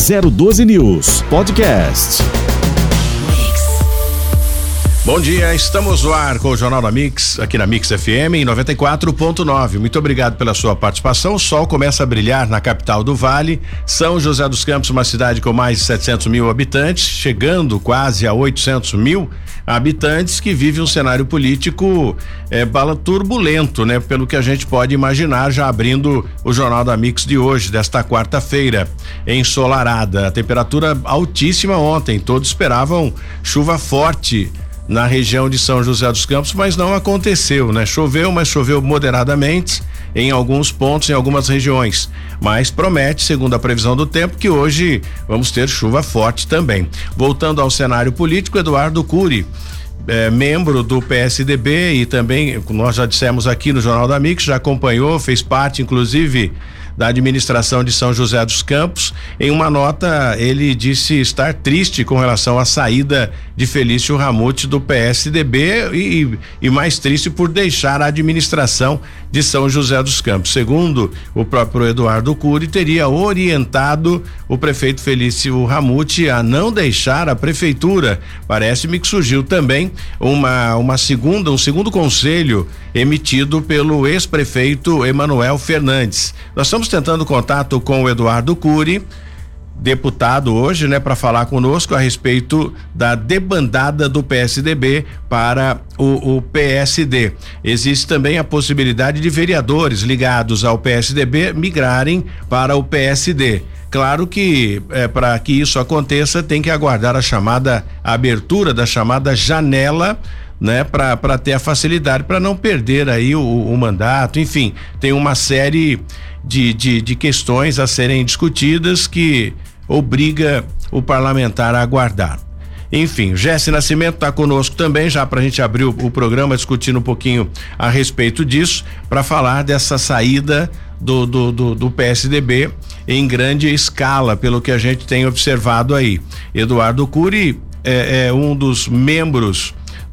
012 News Podcast. Bom dia, estamos no ar com o Jornal da Mix, aqui na Mix FM em 94.9. Muito obrigado pela sua participação. O sol começa a brilhar na capital do Vale, São José dos Campos, uma cidade com mais de 700 mil habitantes, chegando quase a 800 mil habitantes, que vive um cenário político turbulento, né? Pelo que a gente pode imaginar, já abrindo o Jornal da Mix de hoje, desta quarta-feira, ensolarada. A temperatura altíssima ontem, todos esperavam chuva forte na região de São José dos Campos, mas não aconteceu, né? Choveu, mas choveu moderadamente em alguns pontos, em algumas regiões, mas promete, segundo a previsão do tempo, que hoje vamos ter chuva forte também. Voltando ao cenário político, Eduardo Cury, membro do PSDB e também, nós já dissemos aqui no Jornal da Mix, já acompanhou, fez parte inclusive da administração de São José dos Campos. Em uma nota, ele disse estar triste com relação à saída de Felício Ramute do PSDB e mais triste por deixar a administração de São José dos Campos. Segundo o próprio Eduardo Cury, teria orientado o prefeito Felício Ramute a não deixar a prefeitura. Parece-me que surgiu também um segundo conselho emitido pelo ex-prefeito Emanuel Fernandes. Nós estamos tentando contato com o Eduardo Cury, deputado hoje, né, para falar conosco a respeito da debandada do PSDB para o PSD. Existe também a possibilidade de vereadores ligados ao PSDB migrarem para o PSD. Claro que para que isso aconteça tem que aguardar a abertura da chamada janela, né, para ter a facilidade, para não perder aí o mandato. Enfim, tem uma série de questões a serem discutidas que obriga o parlamentar a aguardar. Enfim, Jesse Nascimento está conosco também, já para a gente abrir o programa discutindo um pouquinho a respeito disso, para falar dessa saída do PSDB em grande escala, pelo que a gente tem observado aí. Eduardo Cury é um dos membros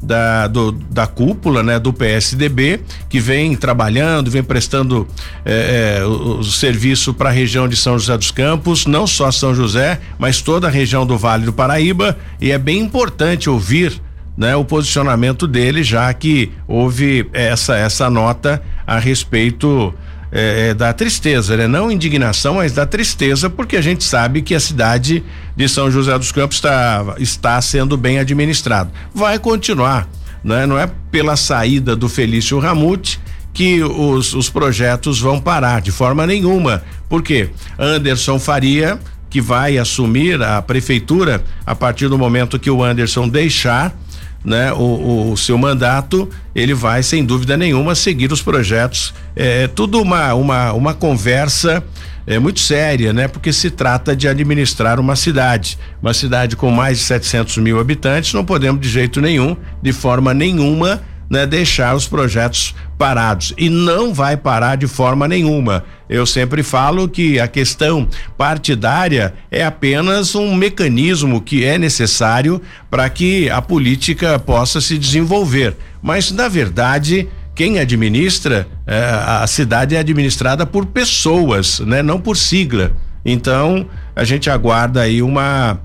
da cúpula, né, do PSDB, que vem trabalhando, vem prestando o serviço para a região de São José dos Campos, não só São José, mas toda a região do Vale do Paraíba, e é bem importante ouvir, né, o posicionamento dele, já que houve essa nota a respeito da tristeza, né? Não indignação, mas da tristeza, porque a gente sabe que a cidade de São José dos Campos está sendo bem administrado. Vai continuar, né? Não é pela saída do Felício Ramute que os projetos vão parar de forma nenhuma. Por quê? Anderson Faria, que vai assumir a prefeitura a partir do momento que o Anderson deixar, né, o seu mandato, ele vai sem dúvida nenhuma seguir os projetos. Tudo uma conversa muito séria, né? Porque se trata de administrar uma cidade com mais de 700 mil habitantes. Não podemos de jeito nenhum, de forma nenhuma, né, deixar os projetos parados, e não vai parar de forma nenhuma. Eu sempre falo que a questão partidária é apenas um mecanismo que é necessário para que a política possa se desenvolver, mas na verdade quem administra a cidade é administrada por pessoas, né, não por sigla. Então a gente aguarda aí uma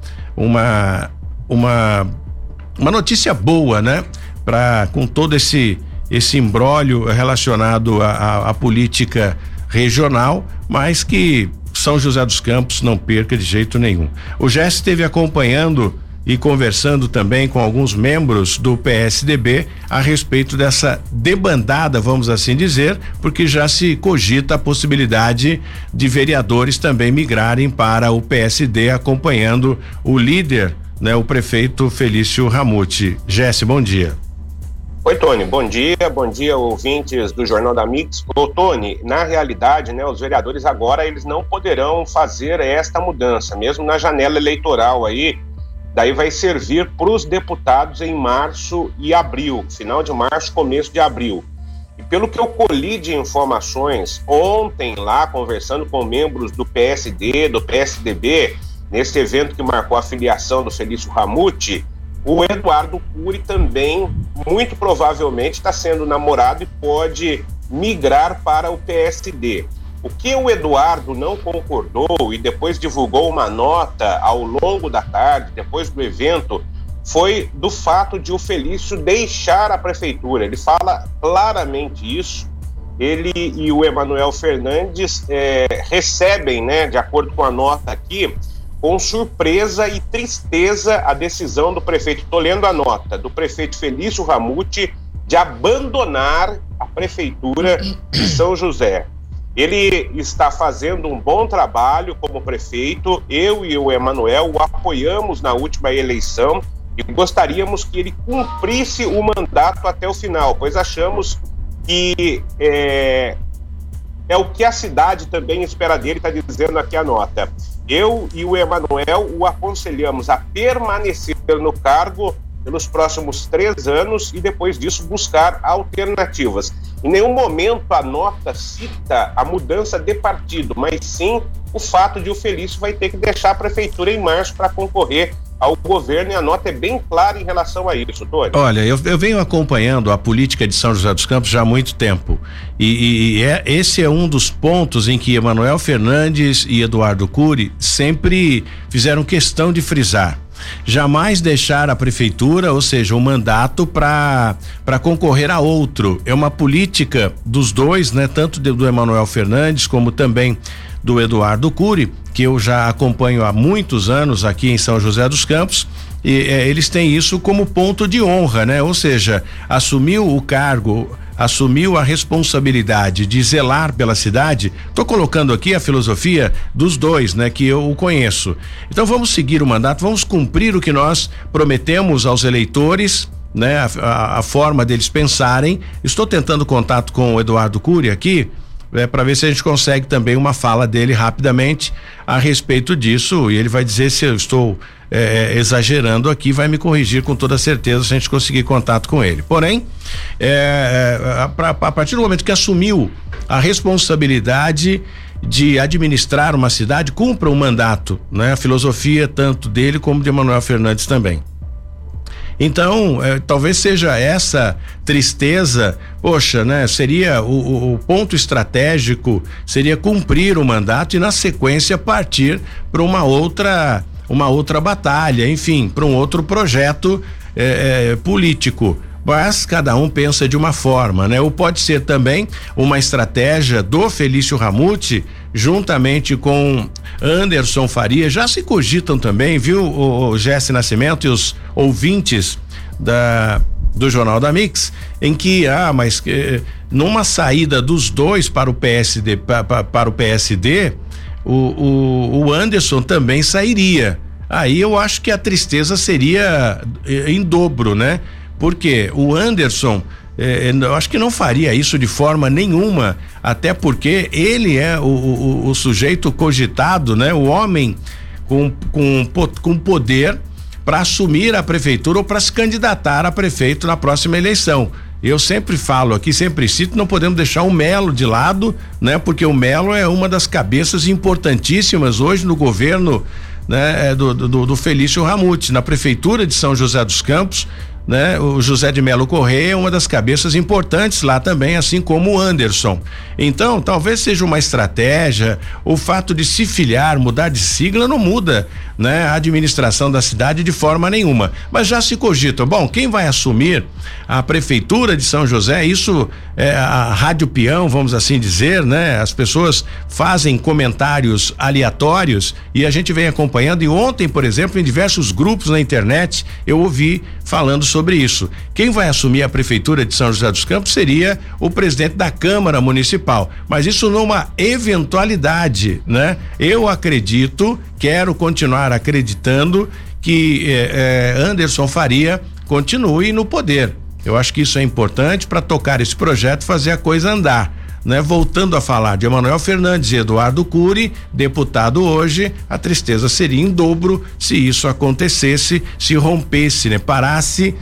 notícia boa, né, com todo esse imbróglio relacionado à política regional, mas que São José dos Campos não perca de jeito nenhum. O Jesse esteve acompanhando e conversando também com alguns membros do PSDB a respeito dessa debandada, vamos assim dizer, porque já se cogita a possibilidade de vereadores também migrarem para o PSD, acompanhando o líder, né, o prefeito Felício Ramute. Jesse, bom dia. Oi, Tony, bom dia, ouvintes do Jornal da Mix. Ô, Tony, na realidade, né, os vereadores agora, eles não poderão fazer esta mudança, mesmo na janela eleitoral aí, daí vai servir para os deputados em março e abril, final de março, começo de abril. E pelo que eu colhi de informações ontem lá, conversando com membros do PSD, do PSDB, nesse evento que marcou a filiação do Felício Ramute, o Eduardo Cury também, muito provavelmente, está sendo namorado e pode migrar para o PSD. O que o Eduardo não concordou e depois divulgou uma nota ao longo da tarde, depois do evento, foi do fato de o Felício deixar a prefeitura. Ele fala claramente isso. Ele e o Emanuel Fernandes recebem, né, de acordo com a nota aqui, com surpresa e tristeza a decisão do prefeito, estou lendo a nota, do prefeito Felício Ramute de abandonar a prefeitura de São José. Ele está fazendo um bom trabalho como prefeito, eu e o Emanuel o apoiamos na última eleição e gostaríamos que ele cumprisse o mandato até o final, pois achamos que é o que a cidade também espera dele, está dizendo aqui a nota. Eu e o Emanuel o aconselhamos a permanecer no cargo pelos próximos 3 anos e depois disso buscar alternativas. Em nenhum momento a nota cita a mudança de partido, mas sim o fato de o Felício vai ter que deixar a prefeitura em março para concorrer ao governo, e a nota é bem clara em relação a isso, Tony. Olha, eu venho acompanhando a política de São José dos Campos já há muito tempo esse é um dos pontos em que Emanuel Fernandes e Eduardo Cury sempre fizeram questão de frisar. Jamais deixar a prefeitura, ou seja, o mandato para concorrer a outro. É uma política dos dois, né? Tanto do Emanuel Fernandes como também do Eduardo Cury, que eu já acompanho há muitos anos aqui em São José dos Campos, e eles têm isso como ponto de honra, né? Ou seja, assumiu o cargo, assumiu a responsabilidade de zelar pela cidade. Tô colocando aqui a filosofia dos dois, né? Que eu conheço. Então vamos seguir o mandato, vamos cumprir o que nós prometemos aos eleitores, né? A forma deles pensarem. Estou tentando contato com o Eduardo Cury aqui, para ver se a gente consegue também uma fala dele rapidamente a respeito disso, e ele vai dizer se eu estou exagerando aqui, vai me corrigir com toda certeza se a gente conseguir contato com ele. Porém, a partir do momento que assumiu a responsabilidade de administrar uma cidade, cumpra um mandato, né? A filosofia tanto dele como de Emanuel Fernandes também. Então, talvez seja essa tristeza, poxa, né? Seria o ponto estratégico, seria cumprir o mandato e na sequência partir para uma outra batalha, enfim, para um outro projeto político. Mas cada um pensa de uma forma, né? Ou pode ser também uma estratégia do Felício Ramute, juntamente com Anderson Faria. Já se cogitam também, viu, o Jesse Nascimento e os ouvintes do Jornal da Mix, em que numa saída dos dois para o PSD, para o PSD, o Anderson também sairia. Aí eu acho que a tristeza seria em dobro, né? Porque o Anderson, eu acho que não faria isso de forma nenhuma, até porque ele é o sujeito cogitado, né? O homem com poder para assumir a prefeitura ou para se candidatar a prefeito na próxima eleição. Eu sempre falo aqui, sempre cito, não podemos deixar o Melo de lado, né? Porque o Melo é uma das cabeças importantíssimas hoje no governo, né? Do Felício Ramute, na prefeitura de São José dos Campos, né? O José de Melo Correia é uma das cabeças importantes lá também, assim como o Anderson. Então, talvez seja uma estratégia, o fato de se filiar, mudar de sigla não muda, né? A administração da cidade de forma nenhuma, mas já se cogita, bom, quem vai assumir a prefeitura de São José, isso é a Rádio Peão, vamos assim dizer, né? As pessoas fazem comentários aleatórios e a gente vem acompanhando, e ontem, por exemplo, em diversos grupos na internet, eu ouvi falando sobre isso. Quem vai assumir a prefeitura de São José dos Campos seria o presidente da Câmara Municipal, mas isso numa eventualidade, né? Eu acredito, quero continuar acreditando que Anderson Faria continue no poder. Eu acho que isso é importante para tocar esse projeto, fazer a coisa andar, né? Voltando a falar de Emanuel Fernandes e Eduardo Cury, deputado hoje, a tristeza seria em dobro se isso acontecesse, se rompesse, né? Parasse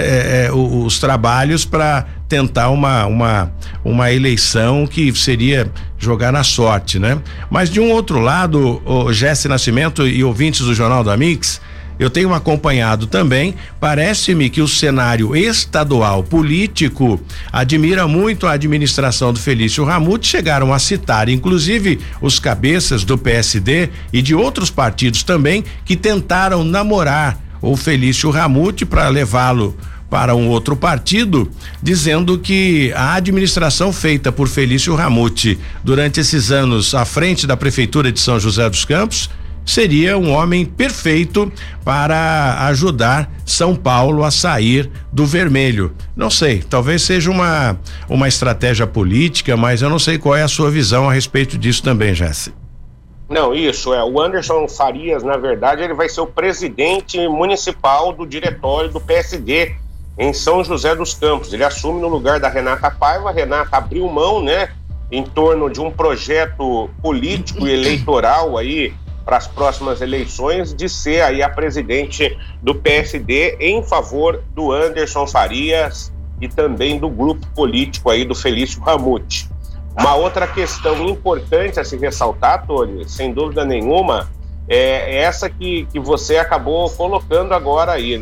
os trabalhos para tentar uma eleição que seria jogar na sorte, né? Mas de um outro lado, o Jesse Nascimento e ouvintes do Jornal da Mix, eu tenho acompanhado também, parece-me que o cenário estadual político admira muito a administração do Felício Ramute, chegaram a citar inclusive os cabeças do PSD e de outros partidos também que tentaram namorar o Felício Ramute para levá-lo para um outro partido, dizendo que a administração feita por Felício Ramute durante esses anos à frente da prefeitura de São José dos Campos seria um homem perfeito para ajudar São Paulo a sair do vermelho. Não sei, talvez seja uma estratégia política, mas eu não sei qual é a sua visão a respeito disso também, Jesse. Não, isso o Anderson Farias, na verdade, ele vai ser o presidente municipal do diretório do PSD em São José dos Campos. Ele assume no lugar da Renata Paiva. A Renata abriu mão, em torno de um projeto político e eleitoral aí para as próximas eleições, de ser aí a presidente do PSD em favor do Anderson Farias e também do grupo político aí do Felício Ramute. Uma outra questão importante a se ressaltar, Tony, sem dúvida nenhuma, é essa que você acabou colocando agora aí,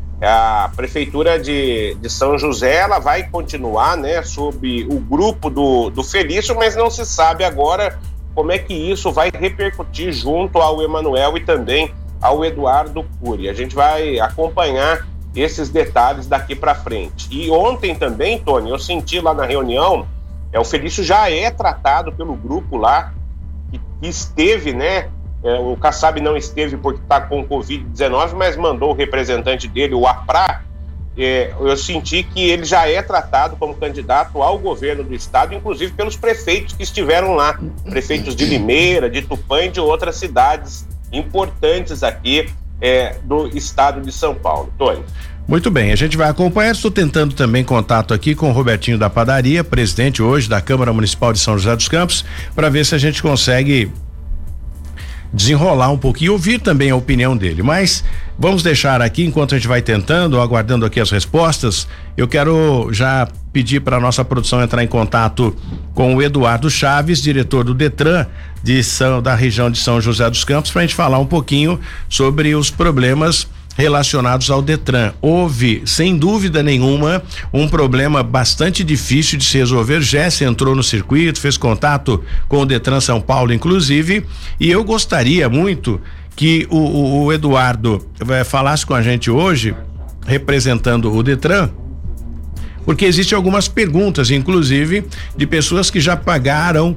A prefeitura de São José, ela vai continuar, sob o grupo do Felício, mas não se sabe agora como é que isso vai repercutir junto ao Emanuel e também ao Eduardo Cury. A gente vai acompanhar esses detalhes daqui para frente. E ontem também, Tony, eu senti lá na reunião, o Felício já é tratado pelo grupo lá, que esteve, o Kassab não esteve porque está com Covid-19, mas mandou o representante dele, o Aprá. Eu senti que ele já é tratado como candidato ao governo do estado, inclusive pelos prefeitos que estiveram lá, prefeitos de Limeira, de Tupã e de outras cidades importantes aqui do estado de São Paulo. Tony. Muito bem, a gente vai acompanhar. Estou tentando também contato aqui com o Robertinho da Padaria, presidente hoje da Câmara Municipal de São José dos Campos, para ver se a gente consegue desenrolar um pouquinho e ouvir também a opinião dele, mas vamos deixar aqui, enquanto a gente vai tentando, aguardando aqui as respostas, eu quero já pedir para a nossa produção entrar em contato com o Eduardo Chaves, diretor do Detran da região de São José dos Campos, para a gente falar um pouquinho sobre os problemas relacionados ao Detran. Houve, sem dúvida nenhuma, um problema bastante difícil de se resolver. Jesse entrou no circuito, fez contato com o Detran São Paulo, inclusive, e eu gostaria muito que o Eduardo falasse com a gente hoje, representando o Detran, porque existem algumas perguntas, inclusive, de pessoas que já pagaram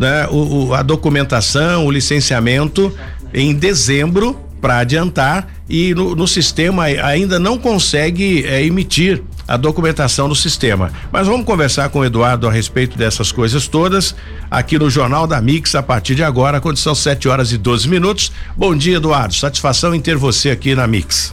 a documentação, o licenciamento em dezembro para adiantar e no sistema ainda não consegue emitir a documentação do sistema. Mas vamos conversar com o Eduardo a respeito dessas coisas todas aqui no Jornal da Mix a partir de agora, quando são 7h12. Bom dia, Eduardo. Satisfação em ter você aqui na Mix.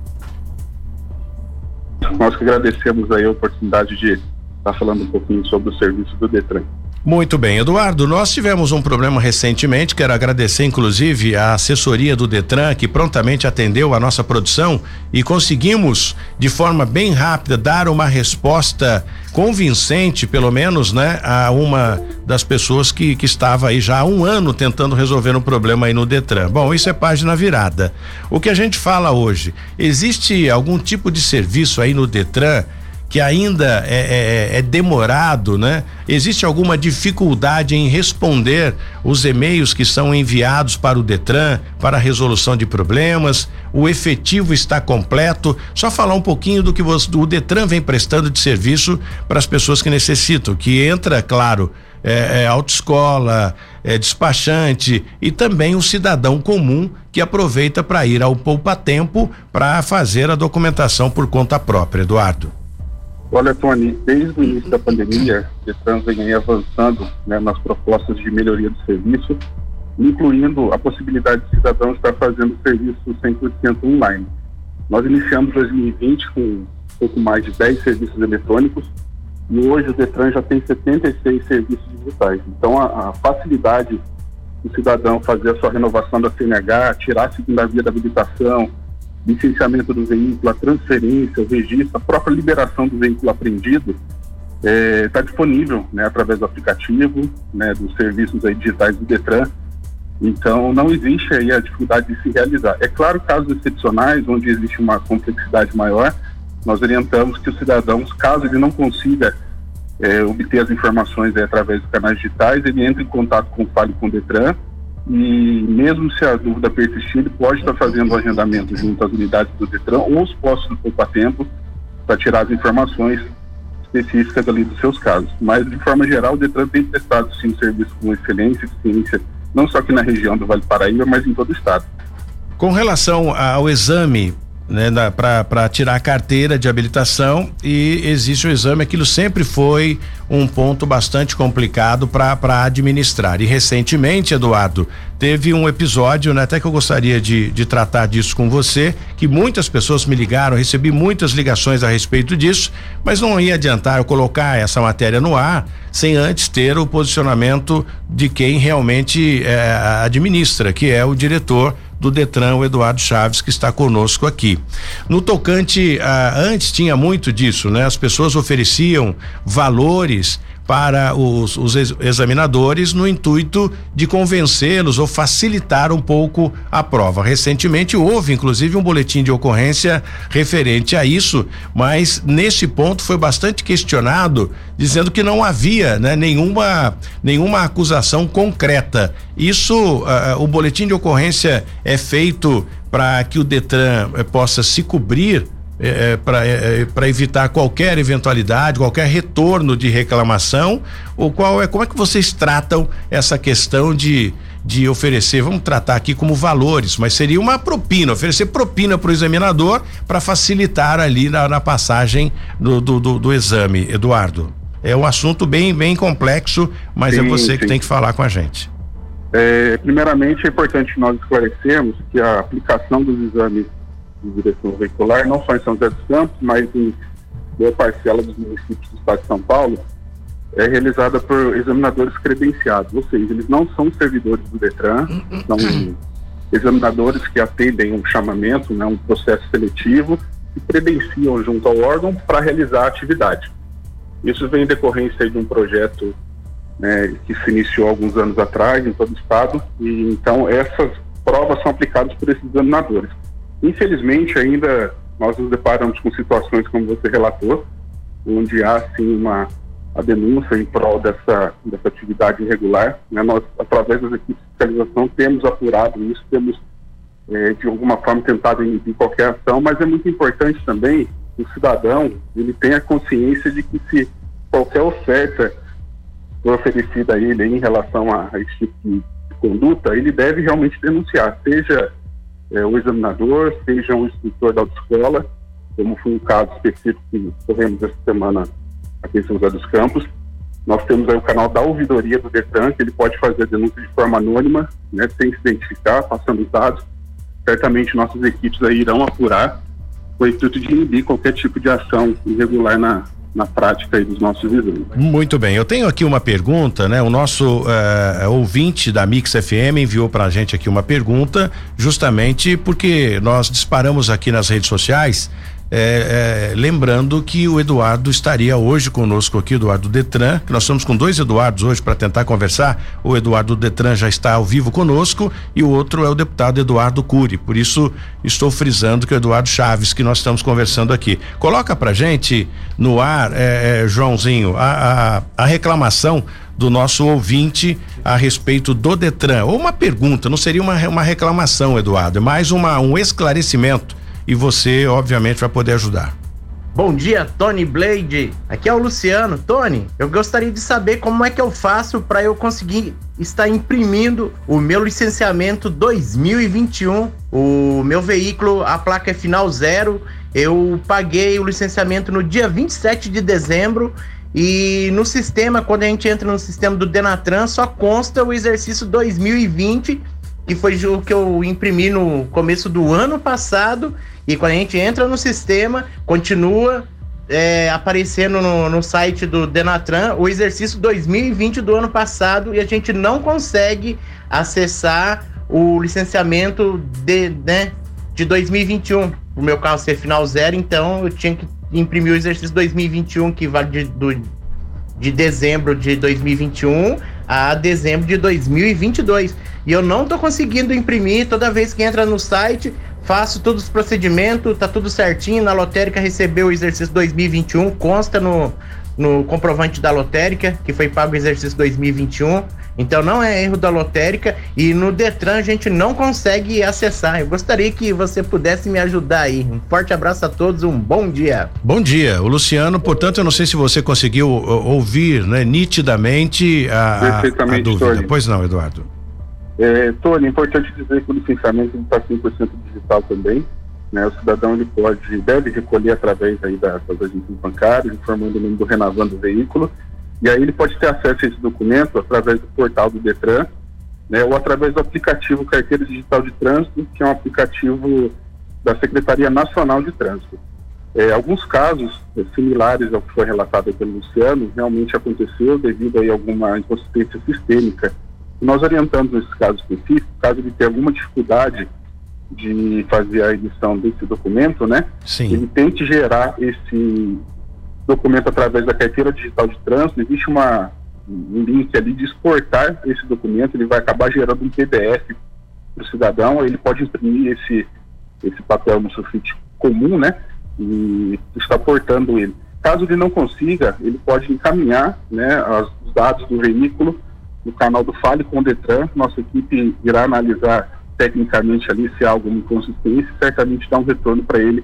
Nós que agradecemos aí a oportunidade de estar falando um pouquinho sobre o serviço do Detran. Muito bem, Eduardo, nós tivemos um problema recentemente, quero agradecer inclusive a assessoria do Detran que prontamente atendeu a nossa produção e conseguimos de forma bem rápida dar uma resposta convincente, pelo menos, a uma das pessoas que estava aí já há um ano tentando resolver um problema aí no Detran. Bom, isso é página virada. O que a gente fala hoje, existe algum tipo de serviço aí no Detran que ainda é demorado, Existe alguma dificuldade em responder os e-mails que são enviados para o Detran para a resolução de problemas? O efetivo está completo? Só falar um pouquinho do que o Detran vem prestando de serviço para as pessoas que necessitam, que entra, claro, autoescola, despachante e também o cidadão comum que aproveita para ir ao poupa-tempo para fazer a documentação por conta própria. Eduardo. Olha, Tony, desde o início da pandemia, o Detran vem aí avançando nas propostas de melhoria do serviço, incluindo a possibilidade de cidadãos estar fazendo serviço 100% online. Nós iniciamos 2020 com um pouco mais de 10 serviços eletrônicos e hoje o Detran já tem 76 serviços digitais. Então, a facilidade do cidadão fazer a sua renovação da CNH, tirar a segunda via da habilitação, licenciamento do veículo, a transferência, o registro, a própria liberação do veículo apreendido está disponível através do aplicativo, dos serviços aí digitais do Detran. Então, não existe aí a dificuldade de se realizar. É claro, casos excepcionais, onde existe uma complexidade maior, nós orientamos que os cidadãos, caso ele não consiga obter as informações através dos canais digitais, ele entra em contato com o Fale com o Detran, e mesmo se a dúvida persistir, ele pode estar fazendo o agendamento junto às unidades do Detran ou os postos do Poupa-Tempo para tirar as informações específicas ali dos seus casos. Mas, de forma geral, o Detran tem prestado, sim, um serviço com excelência e eficiência, não só aqui na região do Vale do Paraíba, mas em todo o estado. Com relação ao exame, né, para tirar a carteira de habilitação, e existe o exame, aquilo sempre foi um ponto bastante complicado para administrar. E recentemente, Eduardo, teve um episódio, né, até que eu gostaria de tratar disso com você, que muitas pessoas me ligaram, recebi muitas ligações a respeito disso, mas não ia adiantar eu colocar essa matéria no ar sem antes ter o posicionamento de quem realmente administra, que é o diretor do Detran, o Eduardo Chaves, que está conosco aqui. No tocante, antes tinha muito disso, né? As pessoas ofereciam valores para os examinadores no intuito de convencê-los ou facilitar um pouco a prova. Recentemente houve inclusive um boletim de ocorrência referente a isso, mas nesse ponto foi bastante questionado, dizendo que não havia, né, nenhuma acusação concreta. Isso, o boletim de ocorrência é feito para que o Detran possa se cobrir para evitar qualquer eventualidade, qualquer retorno de reclamação, ou como é que vocês tratam essa questão de oferecer, vamos tratar aqui como valores, mas seria uma propina, oferecer propina para o examinador para facilitar ali na passagem do exame, Eduardo? É um assunto bem complexo, mas sim, é você que tem que falar com a gente. Primeiramente é importante nós esclarecermos que a aplicação dos exames de direção veicular, não só em São José dos Campos, mas em boa parcela dos municípios do estado de São Paulo, é realizada por examinadores credenciados, ou seja, eles não são servidores do Detran, são examinadores que atendem um chamamento, né, um processo seletivo, e credenciam junto ao órgão para realizar a atividade. Isso vem em decorrência de um projeto, né, que se iniciou alguns anos atrás em todo o estado, e então essas provas são aplicadas por esses examinadores. Infelizmente, ainda nós nos deparamos com situações como você relatou, onde há sim a denúncia em prol dessa atividade irregular, né? Nós, através das equipes de fiscalização, temos apurado isso, temos de alguma forma tentado inibir qualquer ação, mas é muito importante também que o cidadão ele tenha consciência de que se qualquer oferta for oferecida a ele em relação a esse tipo de conduta, ele deve realmente denunciar, seja o examinador, seja um instrutor da autoescola, como foi um caso específico que corremos essa semana aqui em São José dos Campos. Nós temos aí o canal da ouvidoria do Detran, que ele pode fazer a denúncia de forma anônima, né, sem se identificar, passando os dados. Certamente nossas equipes aí irão apurar com o intuito de inibir qualquer tipo de ação irregular na prática aí dos nossos exames. Muito bem, eu tenho aqui uma pergunta, né? O nosso ouvinte da Mix FM enviou pra gente aqui uma pergunta, justamente porque nós disparamos aqui nas redes sociais, lembrando que o Eduardo estaria hoje conosco aqui, o Eduardo Detran, que nós estamos com 2 Eduardos hoje para tentar conversar. O Eduardo Detran já está ao vivo conosco e o outro é o deputado Eduardo Cury, por isso estou frisando que é o Eduardo Chaves que nós estamos conversando aqui. Coloca pra gente no ar, Joãozinho, a reclamação do nosso ouvinte a respeito do Detran, ou uma pergunta, não seria uma reclamação, Eduardo, é mais um esclarecimento. E você, obviamente, vai poder ajudar. Bom dia, Tony Blade. Aqui é o Luciano. Tony, eu gostaria de saber como é que eu faço para eu conseguir estar imprimindo o meu licenciamento 2021. O meu veículo, a placa é final 0. Eu paguei o licenciamento no dia 27 de dezembro. E no sistema, quando a gente entra no sistema do Denatran, só consta o exercício 2020, que foi o que eu imprimi no começo do ano passado. E quando a gente entra no sistema, continua aparecendo no site do Denatran o exercício 2020 do ano passado, e a gente não consegue acessar o licenciamento de 2021. O meu carro ser final 0, então eu tinha que imprimir o exercício 2021, que vale de dezembro de 2021 a dezembro de 2022. E eu não tô conseguindo imprimir. Toda vez que entra no site, faço todos os procedimentos, tá tudo certinho. Na lotérica recebeu o exercício 2021, consta no comprovante da lotérica que foi pago o exercício 2021. Então não é erro da lotérica, e no Detran a gente não consegue acessar. Eu gostaria que você pudesse me ajudar aí. Um forte abraço a todos, um bom dia. Bom dia, o Luciano. Portanto, eu não sei se você conseguiu ouvir, né, nitidamente a dúvida. Tony. Pois não, Eduardo. Tony, é importante dizer que o licenciamento está 100% digital também, né? O cidadão deve recolher através aí das agências bancárias, informando o nome do renovando do veículo. E aí ele pode ter acesso a esse documento através do portal do Detran, né, ou através do aplicativo Carteira Digital de Trânsito, que é um aplicativo da Secretaria Nacional de Trânsito. Alguns casos similares ao que foi relatado pelo Luciano realmente aconteceu devido a alguma inconsistência sistêmica. E nós orientamos nesses casos específicos, caso ele tenha alguma dificuldade de fazer a edição desse documento, né? Sim. Ele tente gerar esse documento através da Carteira Digital de Trânsito. Existe um link ali de exportar esse documento, ele vai acabar gerando um PDF para o cidadão, ele pode imprimir esse papel no sulfite comum, né, e está portando ele. Caso ele não consiga, ele pode encaminhar, né, os dados do veículo no canal do Fale com o Detran. Nossa equipe irá analisar tecnicamente ali se há alguma inconsistência e certamente dar um retorno para ele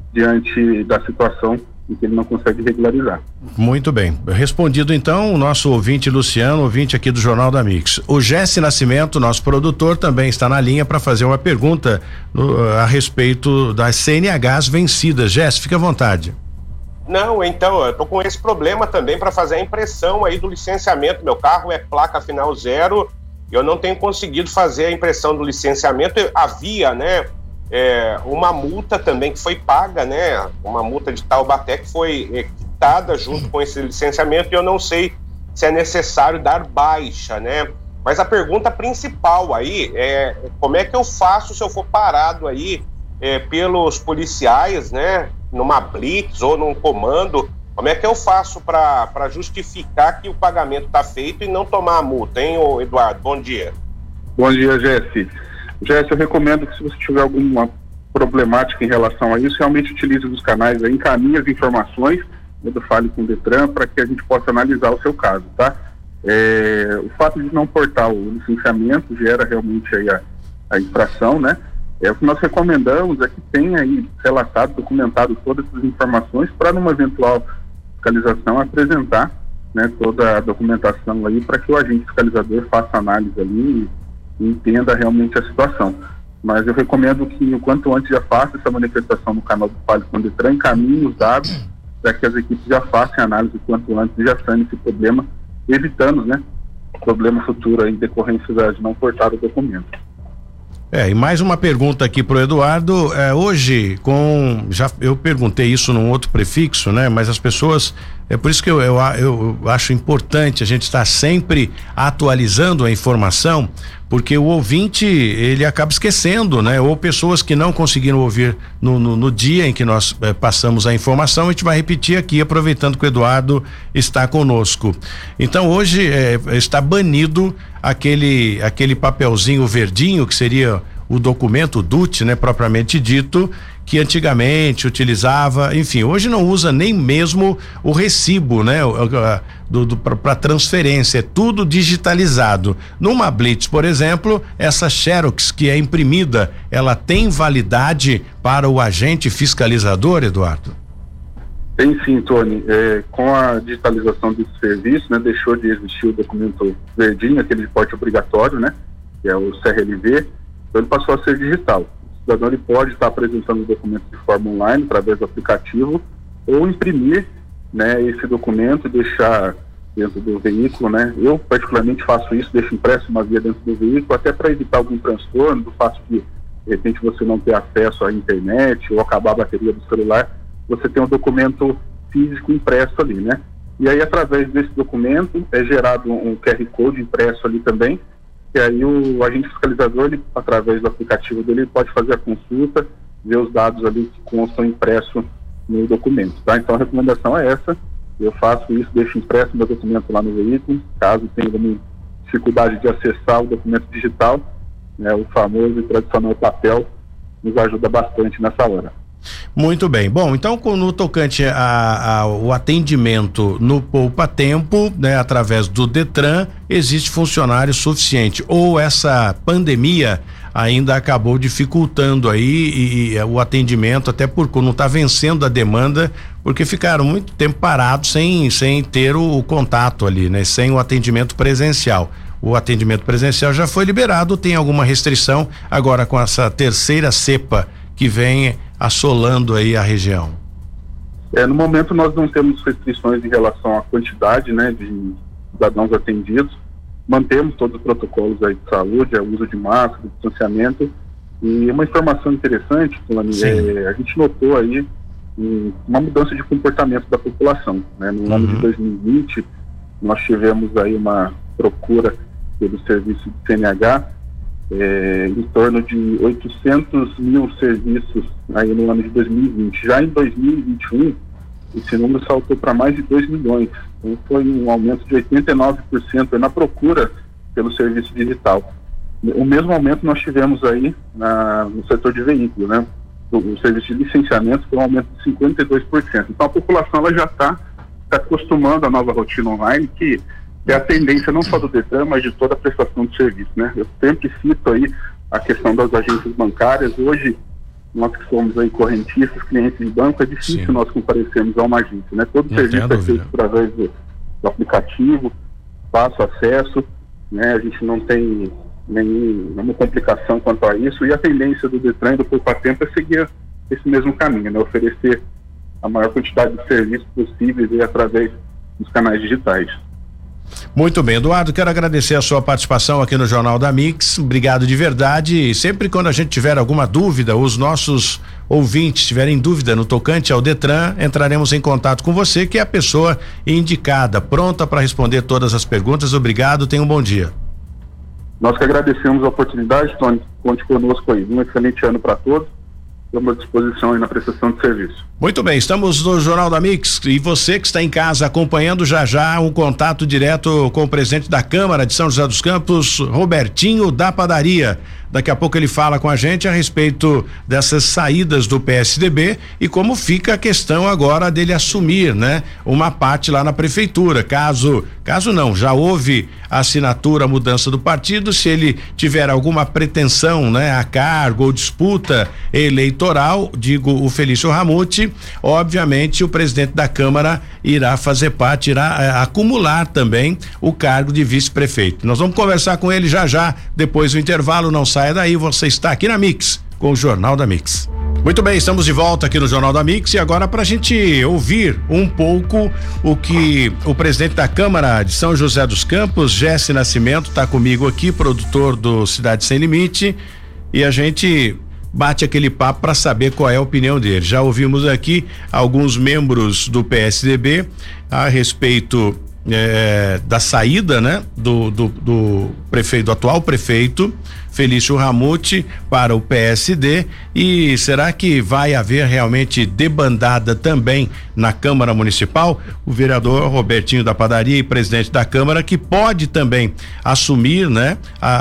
diante da situação em que ele não consegue regularizar. Muito bem. Respondido então, o nosso ouvinte Luciano, ouvinte aqui do Jornal da Mix. O Jesse Nascimento, nosso produtor, também está na linha para fazer uma pergunta a respeito das CNHs vencidas. Jesse, fica à vontade. Não, então, eu tô com esse problema também para fazer a impressão aí do licenciamento. Meu carro é placa final 0, eu não tenho conseguido fazer a impressão do licenciamento. Havia, né, uma multa também que foi paga, né? Uma multa de Taubaté que foi quitada junto com esse licenciamento, e eu não sei se é necessário dar baixa, né? Mas a pergunta principal aí é como é que eu faço se eu for parado aí pelos policiais, né? Numa blitz ou num comando, como é que eu faço para justificar que o pagamento está feito e não tomar a multa, hein, Eduardo? Bom dia. Bom dia, Jesse. Jesse, eu recomendo que se você tiver alguma problemática em relação a isso, realmente utilize os canais aí, encaminhe as informações do Fale com o Detran para que a gente possa analisar o seu caso, tá? O fato de não portar o licenciamento gera realmente aí a infração, né? O que nós recomendamos é que tenha aí relatado, documentado todas essas informações para numa eventual fiscalização apresentar, né, toda a documentação aí para que o agente fiscalizador faça análise ali e entenda realmente a situação. Mas eu recomendo que o quanto antes já faça essa manifestação no canal do Fale com o Detran, encaminhe os dados para que as equipes já façam a análise o quanto antes e já sanem esse problema, evitando, né, problema futuro em decorrência de não portar o documento. E mais uma pergunta aqui pro Eduardo. Hoje, eu perguntei isso num outro prefixo, né? Mas as pessoas, por isso que eu acho importante a gente estar sempre atualizando a informação, porque o ouvinte, ele acaba esquecendo, né? Ou pessoas que não conseguiram ouvir no dia em que nós passamos a informação, a gente vai repetir aqui, aproveitando que o Eduardo está conosco. Então, hoje está banido aquele papelzinho verdinho, que seria o documento, o DUT, né, propriamente dito, que antigamente utilizava, enfim, hoje não usa nem mesmo o recibo, né, para transferência, é tudo digitalizado. Numa blitz, por exemplo, essa xerox que é imprimida, ela tem validade para o agente fiscalizador, Eduardo? Tem sim, Tony. Com a digitalização desse serviço, né, deixou de existir o documento verdinho, aquele de porte obrigatório, né, que é o CRLV, então ele passou a ser digital. O cidadão ele pode estar apresentando o documento de forma online, através do aplicativo, ou imprimir, né, esse documento e deixar dentro do veículo, né. Eu particularmente faço isso, deixo impresso uma via dentro do veículo, até para evitar algum transtorno, do fato de repente você não ter acesso à internet ou acabar a bateria do celular, você tem um documento físico impresso ali, né? E aí, através desse documento, é gerado um QR Code impresso ali também, e aí o agente fiscalizador, ele, através do aplicativo dele, pode fazer a consulta, ver os dados ali que constam impresso no documento, tá? Então, a recomendação é essa, eu faço isso, deixo impresso meu documento lá no veículo, caso tenha alguma dificuldade de acessar o documento digital, né, o famoso e tradicional papel, nos ajuda bastante nessa hora. Muito bem. Bom, então no tocante ao atendimento no Poupa Tempo, né, através do Detran, existe funcionário suficiente, ou essa pandemia ainda acabou dificultando aí o atendimento, até porque não está vencendo a demanda, porque ficaram muito tempo parados sem ter o contato ali, né, sem o atendimento presencial. O atendimento presencial já foi liberado, tem alguma restrição agora com essa terceira cepa que vem assolando aí a região? No momento nós não temos restrições em relação à quantidade, né, de cidadãos atendidos. Mantemos todos os protocolos aí de saúde, o uso de máscara, distanciamento. E uma informação interessante, a gente notou aí uma mudança de comportamento da população, né? No ano de 2020 nós tivemos aí uma procura pelo serviço de CNH em torno de 800 mil serviços aí no ano de 2020. Já em 2021, esse número saltou para mais de 2 milhões. Então foi um aumento de 89% na procura pelo serviço digital. O mesmo aumento nós tivemos aí no setor de veículos, né? O serviço de licenciamento foi um aumento de 52%. Então a população ela já está acostumando à nova rotina online, que é a tendência não só do Detran, mas de toda a prestação de serviço, né? Eu sempre cito aí a questão das agências bancárias. Hoje, nós que somos aí correntistas, clientes de banco, é difícil nós comparecermos a uma agência, né? Todo o serviço é feito através do aplicativo, fácil acesso, né? A gente não tem nenhuma complicação quanto a isso, e a tendência do Detran e do Poupa Tempo é seguir esse mesmo caminho, né? Oferecer a maior quantidade de serviços possíveis aí através dos canais digitais. Muito bem, Eduardo, quero agradecer a sua participação aqui no Jornal da Mix, obrigado de verdade. E sempre quando a gente tiver alguma dúvida, os nossos ouvintes tiverem dúvida no tocante ao Detran, entraremos em contato com você, que é a pessoa indicada, pronta para responder todas as perguntas. Obrigado, tenha um bom dia. Nós que agradecemos a oportunidade, Tony, conte conosco aí, um excelente ano para todos. Estamos à disposição aí na prestação de serviço. Muito bem, estamos no Jornal da Mix e você que está em casa acompanhando já um contato direto com o presidente da Câmara de São José dos Campos, Robertinho da Padaria. Daqui a pouco ele fala com a gente a respeito dessas saídas do PSDB e como fica a questão agora dele assumir, né? Uma parte lá na prefeitura, caso não, já houve a assinatura, a mudança do partido, se ele tiver alguma pretensão, né? A cargo ou disputa eleitoral, digo o Felício Ramute, obviamente o presidente da Câmara irá fazer parte, irá acumular também o cargo de vice-prefeito. Nós vamos conversar com ele já, depois do intervalo, não saia daí, você está aqui na Mix, com o Jornal da Mix. Muito bem, estamos de volta aqui no Jornal da Mix e agora pra gente ouvir um pouco o que o presidente da Câmara de São José dos Campos, Jesse Nascimento, está comigo aqui, produtor do Cidade Sem Limite, e a gente bate aquele papo para saber qual é a opinião dele. Já ouvimos aqui alguns membros do PSDB a respeito da saída, né, do prefeito, do atual prefeito Felício Ramute para o PSD, e será que vai haver realmente debandada também na Câmara Municipal? O vereador Robertinho da Padaria e presidente da Câmara, que pode também assumir, né,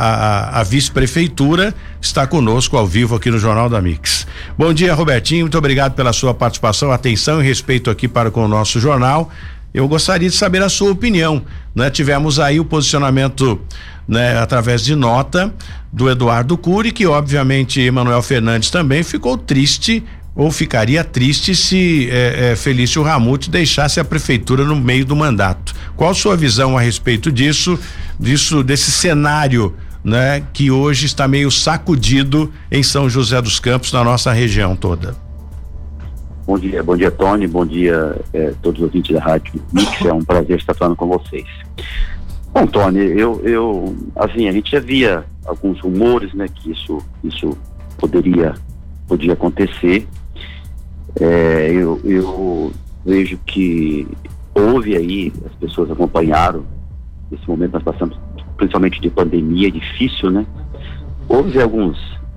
a vice-prefeitura, está conosco ao vivo aqui no Jornal da Mix. Bom dia, Robertinho, muito obrigado pela sua participação, atenção e respeito aqui para com o nosso jornal. Eu gostaria de saber a sua opinião, né? Tivemos aí o posicionamento, né, através de nota do Eduardo Cury, que obviamente Emanuel Fernandes também ficou triste, ou ficaria triste se Felício Ramute deixasse a prefeitura no meio do mandato. Qual a sua visão a respeito desse cenário, né, que hoje está meio sacudido em São José dos Campos, na nossa região toda? Bom dia, Tony, bom dia todos os ouvintes da Rádio Mix, é um prazer estar falando com vocês. Bom, Tony, assim, a gente já via alguns rumores, né, que isso podia acontecer. Eu vejo que houve aí, as pessoas acompanharam esse momento, nós passamos principalmente de pandemia, difícil, né? Houve alguns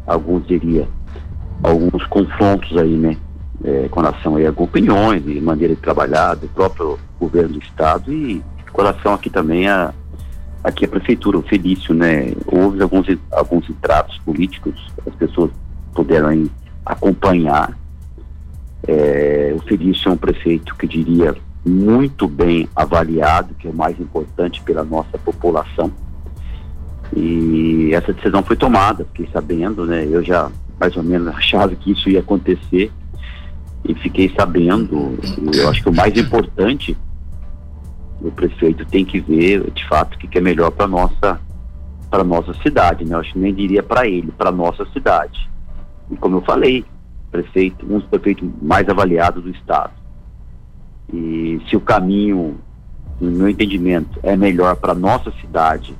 confrontos aí, né? Com relação aí a opiniões e maneira de trabalhar do próprio governo do estado e com relação aqui também a aqui a prefeitura, o Felício, né? Houve alguns entraves políticos, as pessoas puderam aí acompanhar. O Felício é um prefeito que diria muito bem avaliado, que é o mais importante pela nossa população. E essa decisão foi tomada, fiquei sabendo, né? Eu já mais ou menos achava que isso ia acontecer e fiquei sabendo. Eu acho que o mais importante, o prefeito tem que ver de fato o que é melhor para nossa cidade, né? Eu acho que nem diria para ele, para nossa cidade. E como eu falei, um dos prefeitos mais avaliados do estado. E se o caminho, no meu entendimento, é melhor para nossa cidade,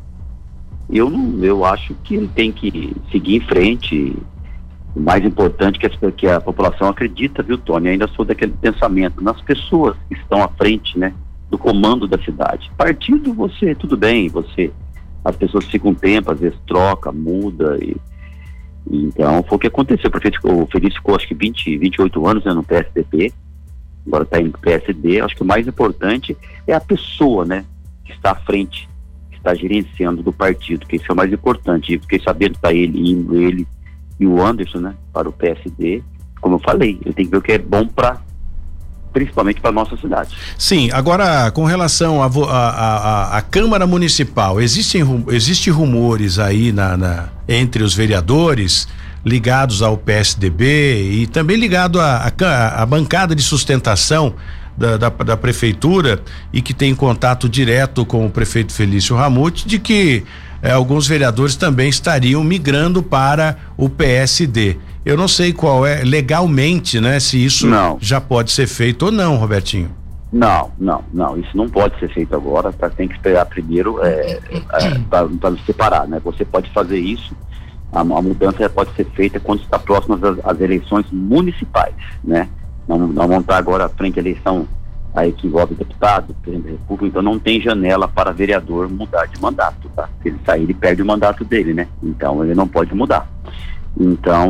eu acho que ele tem que seguir em frente. O mais importante que a população acredita, viu, Tony? Ainda sou daquele pensamento nas pessoas que estão à frente, né, do comando da cidade. Partido, tudo bem, as pessoas ficam um tempo, às vezes troca, muda, então foi o que aconteceu. O Felício ficou acho que 28 anos, né, no PSDB, agora está indo pro PSD. Acho que o mais importante é a pessoa, né, que está à frente, que está gerenciando do partido, que isso é o mais importante. E fiquei sabendo que está ele e o Anderson, né, para o PSD. Como eu falei, ele tem que ver o que é bom principalmente para nossa cidade. Sim, agora com relação à Câmara Municipal, existem rumores aí entre os vereadores ligados ao PSDB e também ligado à bancada de sustentação da prefeitura e que tem contato direto com o prefeito Felício Ramute, de que alguns vereadores também estariam migrando para o PSD. Eu não sei qual é legalmente, né, se isso já pode ser feito ou não, Robertinho. Não, isso não pode ser feito agora, tem que esperar primeiro para separar, né? Você pode fazer isso, a mudança pode ser feita quando está próximo às eleições municipais, né? Não vão estar agora frente à eleição aí que envolve deputado, presidente da República, então não tem janela para vereador mudar de mandato, tá? Se ele sair, ele perde o mandato dele, né? Então ele não pode mudar. Então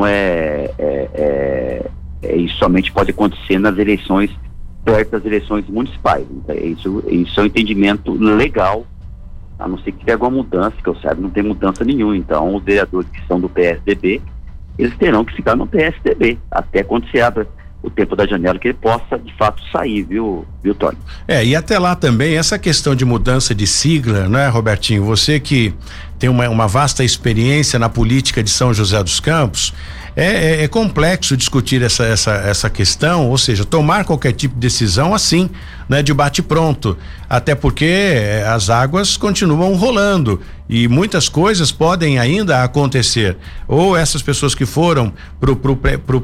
isso somente pode acontecer nas eleições, perto das eleições municipais. Então, isso é um entendimento legal, a não ser que tenha alguma mudança, que eu saiba, não tem mudança nenhuma. Então os vereadores que são do PSDB, eles terão que ficar no PSDB, até quando se abra o tempo da janela, que ele possa de fato sair, viu, Tony? E até lá também, essa questão de mudança de sigla, né, Robertinho? Você que tem uma vasta experiência na política de São José dos Campos, é complexo discutir essa questão, ou seja, tomar qualquer tipo de decisão assim, né, de bate-pronto, até porque as águas continuam rolando e muitas coisas podem ainda acontecer. Ou essas pessoas que foram pro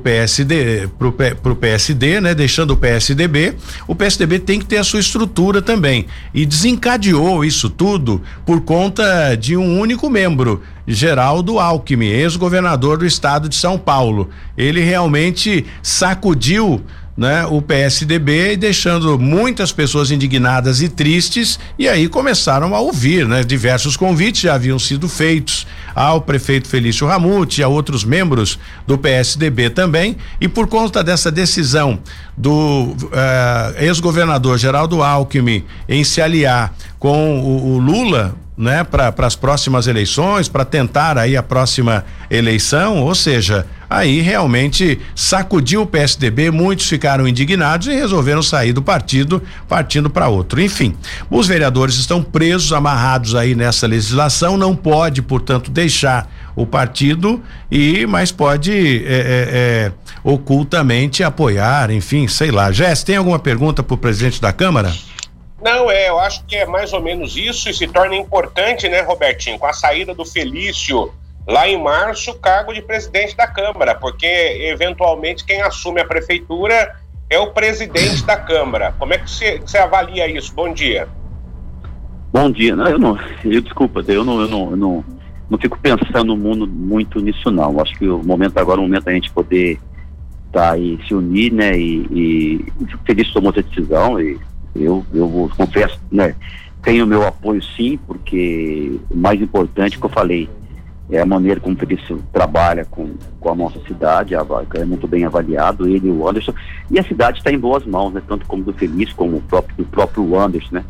PSD, né, deixando o PSDB tem que ter a sua estrutura também, e desencadeou isso tudo por conta de um único membro, Geraldo Alckmin, ex-governador do estado de São Paulo. Ele realmente sacudiu, né, o PSDB, deixando muitas pessoas indignadas e tristes, e aí começaram a ouvir, né, diversos convites já haviam sido feitos ao prefeito Felício Ramute, a outros membros do PSDB também, e por conta dessa decisão do ex-governador Geraldo Alckmin em se aliar com o Lula, né, para as próximas eleições, para tentar aí a próxima eleição, ou seja, aí realmente sacudiu o PSDB, muitos ficaram indignados e resolveram sair do partido, partindo para outro. Enfim, os vereadores estão presos, amarrados aí nessa legislação, não pode, portanto, deixar o partido mas pode ocultamente apoiar, enfim, sei lá. Jess, tem alguma pergunta para o presidente da Câmara? Não, eu acho que é mais ou menos isso, e se torna importante, né, Robertinho, com a saída do Felício lá em março, o cargo de presidente da Câmara, porque eventualmente quem assume a prefeitura é o presidente da Câmara. Como é que você avalia isso? Bom dia. Bom dia. Desculpa, eu não fico pensando muito nisso, não. Acho que o momento agora é o momento da gente poder aí se unir, né, e o Felício tomou essa decisão e eu confesso, né, tenho o meu apoio sim, porque o mais importante que eu falei é a maneira como o Felício trabalha com a nossa cidade, é muito bem avaliado, ele e o Anderson, e a cidade está em boas mãos, né, tanto como do Felício, como do próprio Anderson, né,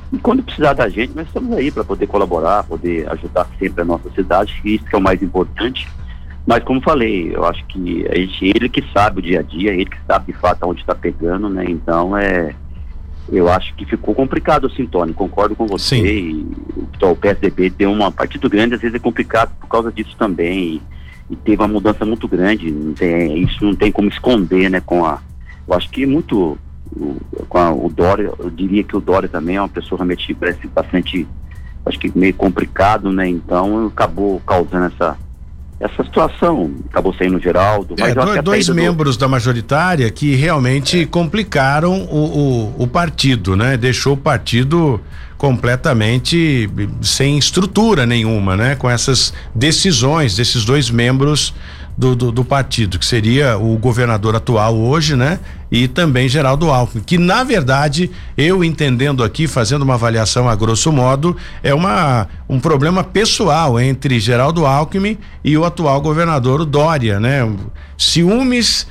E quando precisar da gente, nós estamos aí para poder colaborar, poder ajudar sempre a nossa cidade, isso que é o mais importante. Mas como falei, eu acho que ele que sabe o dia a dia, ele que sabe de fato onde está pegando, né? Então eu acho que ficou complicado assim, Tony, concordo com você. E o PSDB tem uma partido grande, às vezes é complicado por causa disso também, e teve uma mudança muito grande, isso não tem como esconder, né? Eu acho que muito com o Dória, eu diria que o Dória também é uma pessoa realmente parece bastante, acho que meio complicado, né? Então acabou causando essa situação, acabou saindo o Geraldo. Mas dois membros da majoritária que realmente complicaram o partido, né? Deixou o partido completamente sem estrutura nenhuma, né? Com essas decisões desses dois membros do partido, que seria o governador atual hoje, né? E também Geraldo Alckmin, que na verdade, eu entendendo aqui, fazendo uma avaliação a grosso modo, é um problema pessoal entre Geraldo Alckmin e o atual governador, o Dória, né? Ciúmes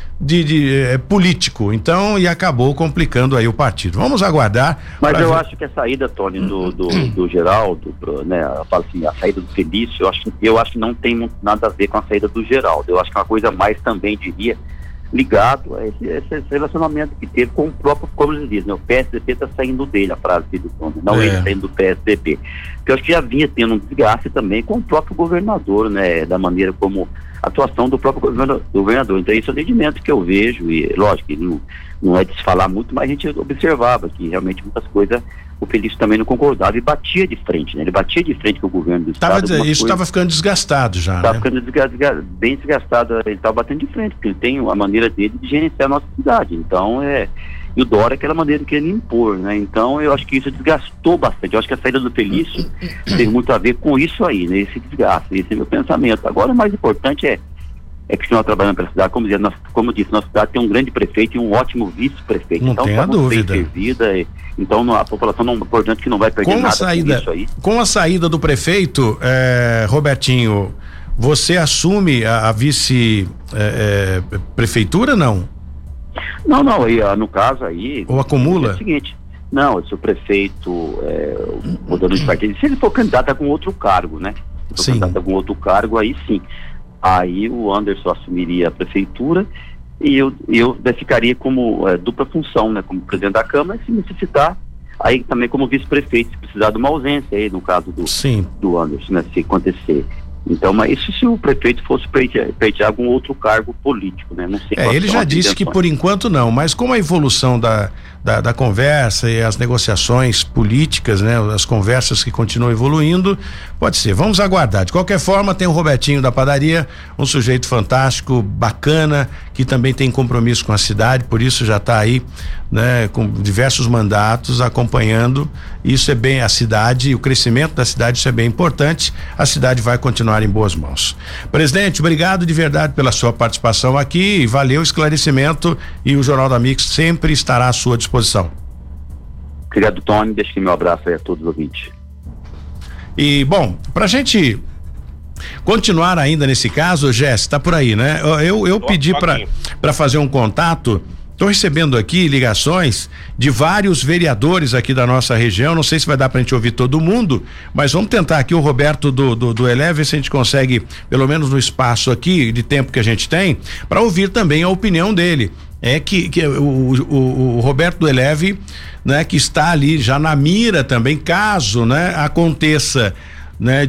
político, então, e acabou complicando aí o partido. Vamos aguardar. Mas eu acho que a saída, Tony, do Geraldo, né? Eu falo assim, a saída do Felício, eu acho que não tem nada a ver com a saída do Geraldo. Eu acho que é uma coisa mais também, diria, ligado a esse relacionamento que teve com o próprio, como eles dizem, né? O PSDB está saindo dele, a frase do Tony, não ele saindo do PSDB. Porque eu acho que já vinha tendo um desgaste também com o próprio governador, né? Da maneira como a atuação do próprio governador. Então esse é o entendimento que eu vejo, e lógico que não é de se falar muito, mas a gente observava que realmente muitas coisas o Felício também não concordava e batia de frente, né? Ele batia de frente com o governo do estado. Isso estava ficando desgastado já, estava ficando bem desgastado, ele estava batendo de frente, porque ele tem a maneira dele de gerenciar a nossa cidade. Então e o Dória é aquela maneira que ele impor, né? Então eu acho que isso desgastou bastante. Eu acho que a saída do Felício tem muito a ver com isso aí, né? Esse desgaste, esse é o meu pensamento. Agora o mais importante é continuar trabalhando pela cidade. Como eu disse, nossa cidade tem um grande prefeito e um ótimo vice-prefeito. Não tem a dúvida. Então a população não, importante que não vai perder nada com isso aí. Com a saída do prefeito, Robertinho, você assume a vice-prefeitura, não? Não, no caso aí... Ou acumula? É o seguinte, não, se o prefeito mudando de partido, se ele for candidato com outro cargo, né? Se for candidato com outro cargo, aí sim. Aí o Anderson assumiria a prefeitura e eu ficaria como dupla função, né? Como presidente da Câmara, se necessitar, aí também como vice-prefeito, se precisar de uma ausência aí, no caso do Anderson, né? Se acontecer. Então, mas isso se o prefeito fosse pleitear algum outro cargo político, né? Não sei. Ele já disse que por enquanto não, mas como a evolução da conversa e as negociações políticas, né? As conversas que continuam evoluindo, pode ser. Vamos aguardar. De qualquer forma, tem o Robertinho da padaria, um sujeito fantástico, bacana, que também tem compromisso com a cidade, por isso já está aí, né? Com diversos mandatos acompanhando. Isso é bem a cidade, o crescimento da cidade, isso é bem importante. A cidade vai continuar em boas mãos. Presidente, obrigado de verdade pela sua participação aqui, valeu o esclarecimento e o Jornal da Mix sempre estará à sua disposição. Obrigado, Tony, deixa aqui meu abraço aí a todos os ouvintes. E bom, pra gente continuar ainda nesse caso, Jéssica, tá por aí, né? Eu pedi para fazer um contato. Estou recebendo aqui ligações de vários vereadores aqui da nossa região, não sei se vai dar pra gente ouvir todo mundo, mas vamos tentar aqui o Roberto do Eleve, se a gente consegue, pelo menos no espaço aqui de tempo que a gente tem, para ouvir também a opinião dele. É que o Roberto do Eleve, né, que está ali já na mira também, caso, né, aconteça, né,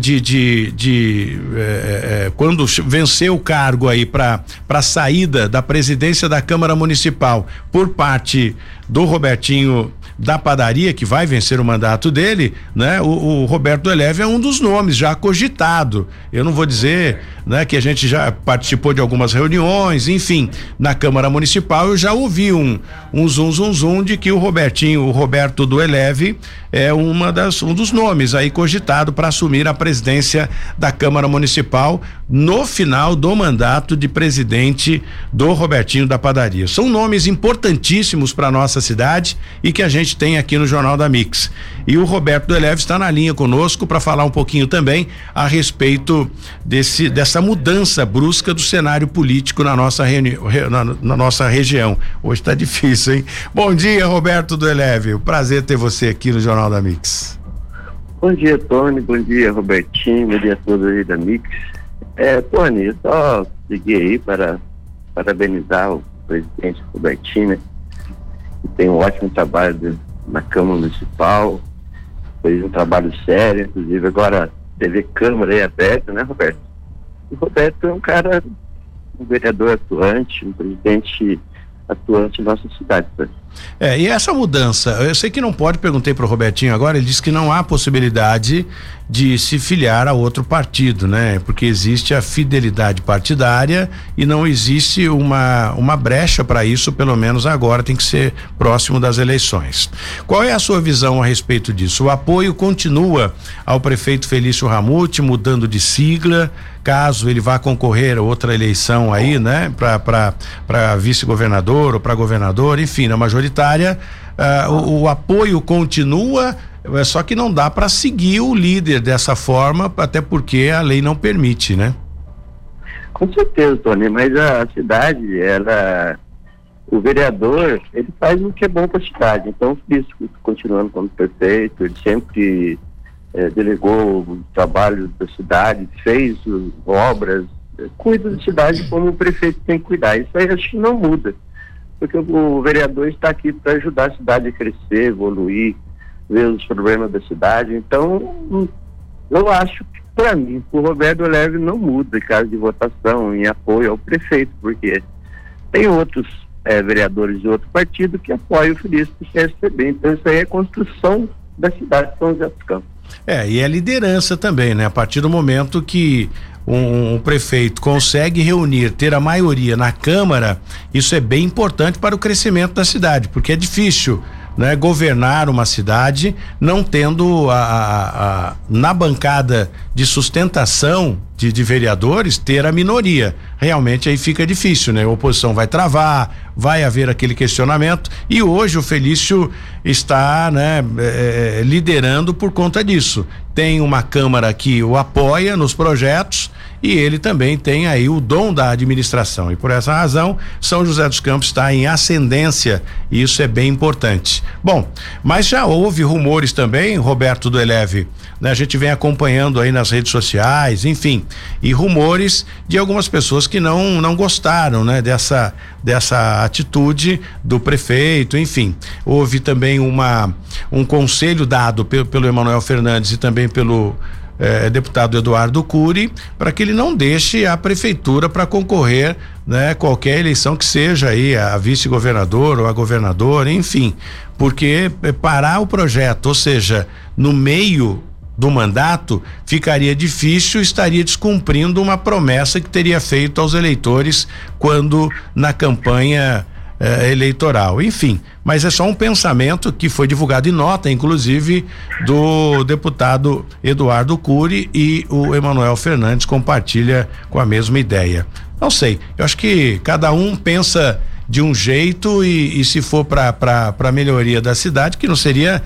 quando vencer o cargo aí para saída da presidência da Câmara Municipal por parte do Robertinho da padaria, que vai vencer o mandato dele, né? O Roberto do Eleve é um dos nomes já cogitado. Eu não vou dizer, né, que a gente já participou de algumas reuniões, enfim, na Câmara Municipal eu já ouvi um zum de que o Roberto do Eleve é um dos nomes aí cogitado para assumir assumir a presidência da Câmara Municipal no final do mandato de presidente do Robertinho da Padaria. São nomes importantíssimos para nossa cidade e que a gente tem aqui no Jornal da Mix. E o Roberto do Eleve está na linha conosco para falar um pouquinho também a respeito dessa mudança brusca do cenário político na nossa região. Hoje está difícil, hein? Bom dia, Roberto do Eleve. Prazer ter você aqui no Jornal da Mix. Bom dia, Tony. Bom dia, Robertinho. Bom dia a todos aí da Mix. Tony, eu só liguei aí para parabenizar o presidente Robertinho, né, que tem um ótimo trabalho na Câmara Municipal, fez um trabalho sério, inclusive agora a TV Câmara aí aberta, né, Roberto? O Roberto é um vereador atuante, um presidente atuante em nossa cidade. Tá? E essa mudança, eu sei que não pode, perguntei para o Robertinho agora, ele disse que não há possibilidade de se filiar a outro partido, né? Porque existe a fidelidade partidária e não existe uma brecha para isso, pelo menos agora, tem que ser próximo das eleições. Qual é a sua visão a respeito disso? O apoio continua ao prefeito Felício Ramute, mudando de sigla, caso ele vá concorrer a outra eleição aí, né? Para vice-governador ou para governador, enfim, na majoritária, o apoio continua, só que não dá para seguir o líder dessa forma, até porque a lei não permite, né? Com certeza, Tony, mas a cidade, o vereador, ele faz o que é bom para a cidade. Então, o Felício, continuando como prefeito, ele sempre delegou o trabalho da cidade, fez obras, cuida da cidade como o prefeito tem que cuidar. Isso aí acho que não muda, porque o vereador está aqui para ajudar a cidade a crescer, evoluir, ver os problemas da cidade. Então, eu acho que, para mim, o Roberto do Eleve não muda em caso de votação em apoio ao prefeito, porque tem outros vereadores de outro partido que apoiam o Felício do PSDB. Então, isso aí é construção da cidade de São José dos Campos. E é liderança também, né? A partir do momento que um prefeito consegue reunir, ter a maioria na Câmara, isso é bem importante para o crescimento da cidade, porque é difícil, né, governar uma cidade não tendo na bancada de sustentação de vereadores ter a minoria. Realmente aí fica difícil, né? A oposição vai travar, vai haver aquele questionamento, e hoje o Felício está, né, liderando por conta disso. Tem uma Câmara que o apoia nos projetos e ele também tem aí o dom da administração, e por essa razão São José dos Campos está em ascendência, e isso é bem importante. Bom, mas já houve rumores também, Roberto do Eleve, né? A gente vem acompanhando aí nas redes sociais, enfim, e rumores de algumas pessoas que não gostaram, né, dessa atitude do prefeito, enfim. Houve também um conselho dado pelo Emanuel Fernandes e também pelo deputado Eduardo Cury, para que ele não deixe a prefeitura para concorrer, né, qualquer eleição que seja aí, a vice-governador ou a governadora, enfim, porque parar o projeto, ou seja, no meio do mandato, ficaria difícil, estaria descumprindo uma promessa que teria feito aos eleitores quando na campanha eleitoral, enfim, mas é só um pensamento que foi divulgado em nota, inclusive do deputado Eduardo Cury, e o Emanuel Fernandes compartilha com a mesma ideia. Não sei, eu acho que cada um pensa de um jeito, e se for para melhoria da cidade, que não seria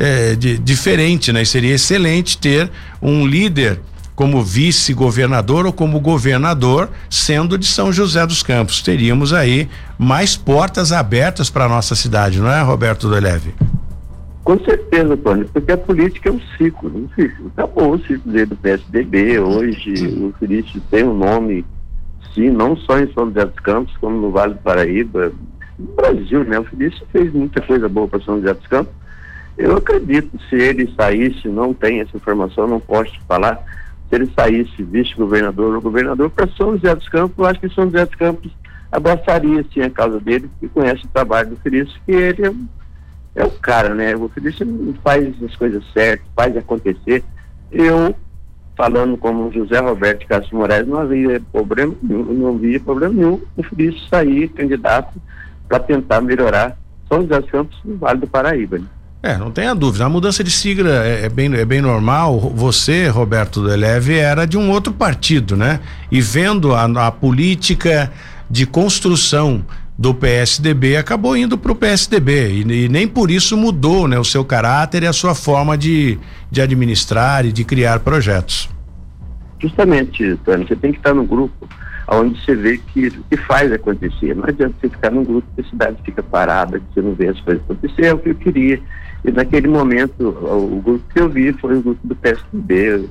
diferente, né? Seria excelente ter um líder como vice-governador ou como governador sendo de São José dos Campos. Teríamos aí mais portas abertas para a nossa cidade, não é, Roberto do Eleve? Com certeza, Tony, porque a política é um ciclo. Acabou o ciclo dele do PSDB. Hoje o Felício tem um nome, sim, não só em São José dos Campos, como no Vale do Paraíba, no Brasil, né? O Felício fez muita coisa boa para São José dos Campos. Eu acredito, se ele saísse, não tem essa informação, não posso te falar, se ele saísse vice-governador ou governador para São José dos Campos, eu acho que São José dos Campos abraçaria sim a causa dele, que conhece o trabalho do Felício, que ele é o cara, né? O Felício faz as coisas certas, faz acontecer. Eu, falando como José Roberto Castro Moraes, não havia problema nenhum o Felício sair candidato para tentar melhorar São José dos Campos no Vale do Paraíba, né? Não tenha dúvida, a mudança de sigla é bem normal. Você, Roberto do Eleve, era de um outro partido, né? E vendo a política de construção do PSDB, acabou indo para o PSDB e nem por isso mudou, né, o seu caráter e a sua forma de administrar e de criar projetos. Justamente, Tânia, você tem que estar no grupo onde você vê que faz acontecer. Não adianta você ficar num grupo que a cidade fica parada, que você não vê as coisas acontecer. É o que eu queria. E naquele momento, o grupo que eu vi foi o grupo do PSDB.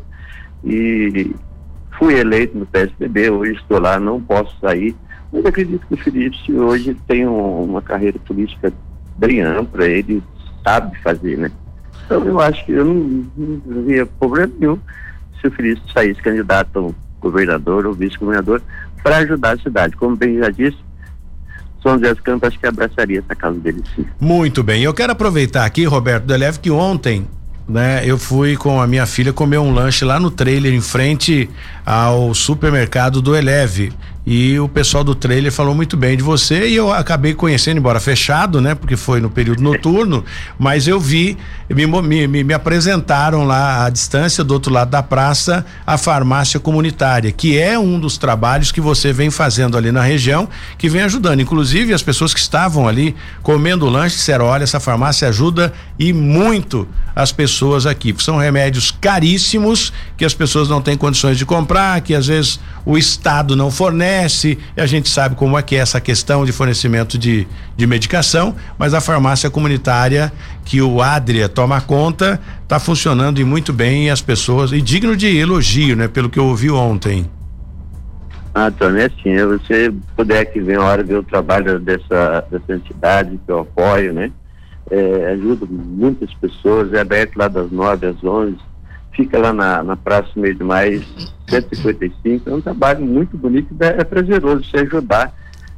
E fui eleito no PSDB, hoje estou lá, não posso sair. Mas acredito que o Felipe hoje tem uma carreira política bem ampla, ele sabe fazer, né? Então eu acho que eu não havia problema nenhum se o Felipe saísse candidato a governador ou vice-governador para ajudar a cidade. Como bem já disse, São José dos Campos acho que abraçaria essa causa dele, sim. Muito bem, eu quero aproveitar aqui, Roberto do Eleve, que ontem, né, eu fui com a minha filha comer um lanche lá no trailer em frente ao supermercado do Eleve. E o pessoal do trailer falou muito bem de você e eu acabei conhecendo, embora fechado, né? Porque foi no período noturno, mas eu vi, me apresentaram lá à distância, do outro lado da praça, a farmácia comunitária, que é um dos trabalhos que você vem fazendo ali na região, que vem ajudando. Inclusive as pessoas que estavam ali comendo o lanche disseram: olha, essa farmácia ajuda e muito as pessoas aqui, porque são remédios caríssimos que as pessoas não têm condições de comprar, que às vezes o Estado não fornece, e a gente sabe como é que é essa questão de fornecimento de medicação, mas a farmácia comunitária que o Adria toma conta está funcionando e muito bem, e as pessoas, e digno de elogio, né, pelo que eu ouvi ontem. Tony, assim, se você puder que venha a hora ver o trabalho dessa entidade que eu apoio, né, ajuda muitas pessoas, é aberto lá das 9 às 11, fica lá na Praça Meio de Maio 155, é um trabalho muito bonito e é prazeroso você ajudar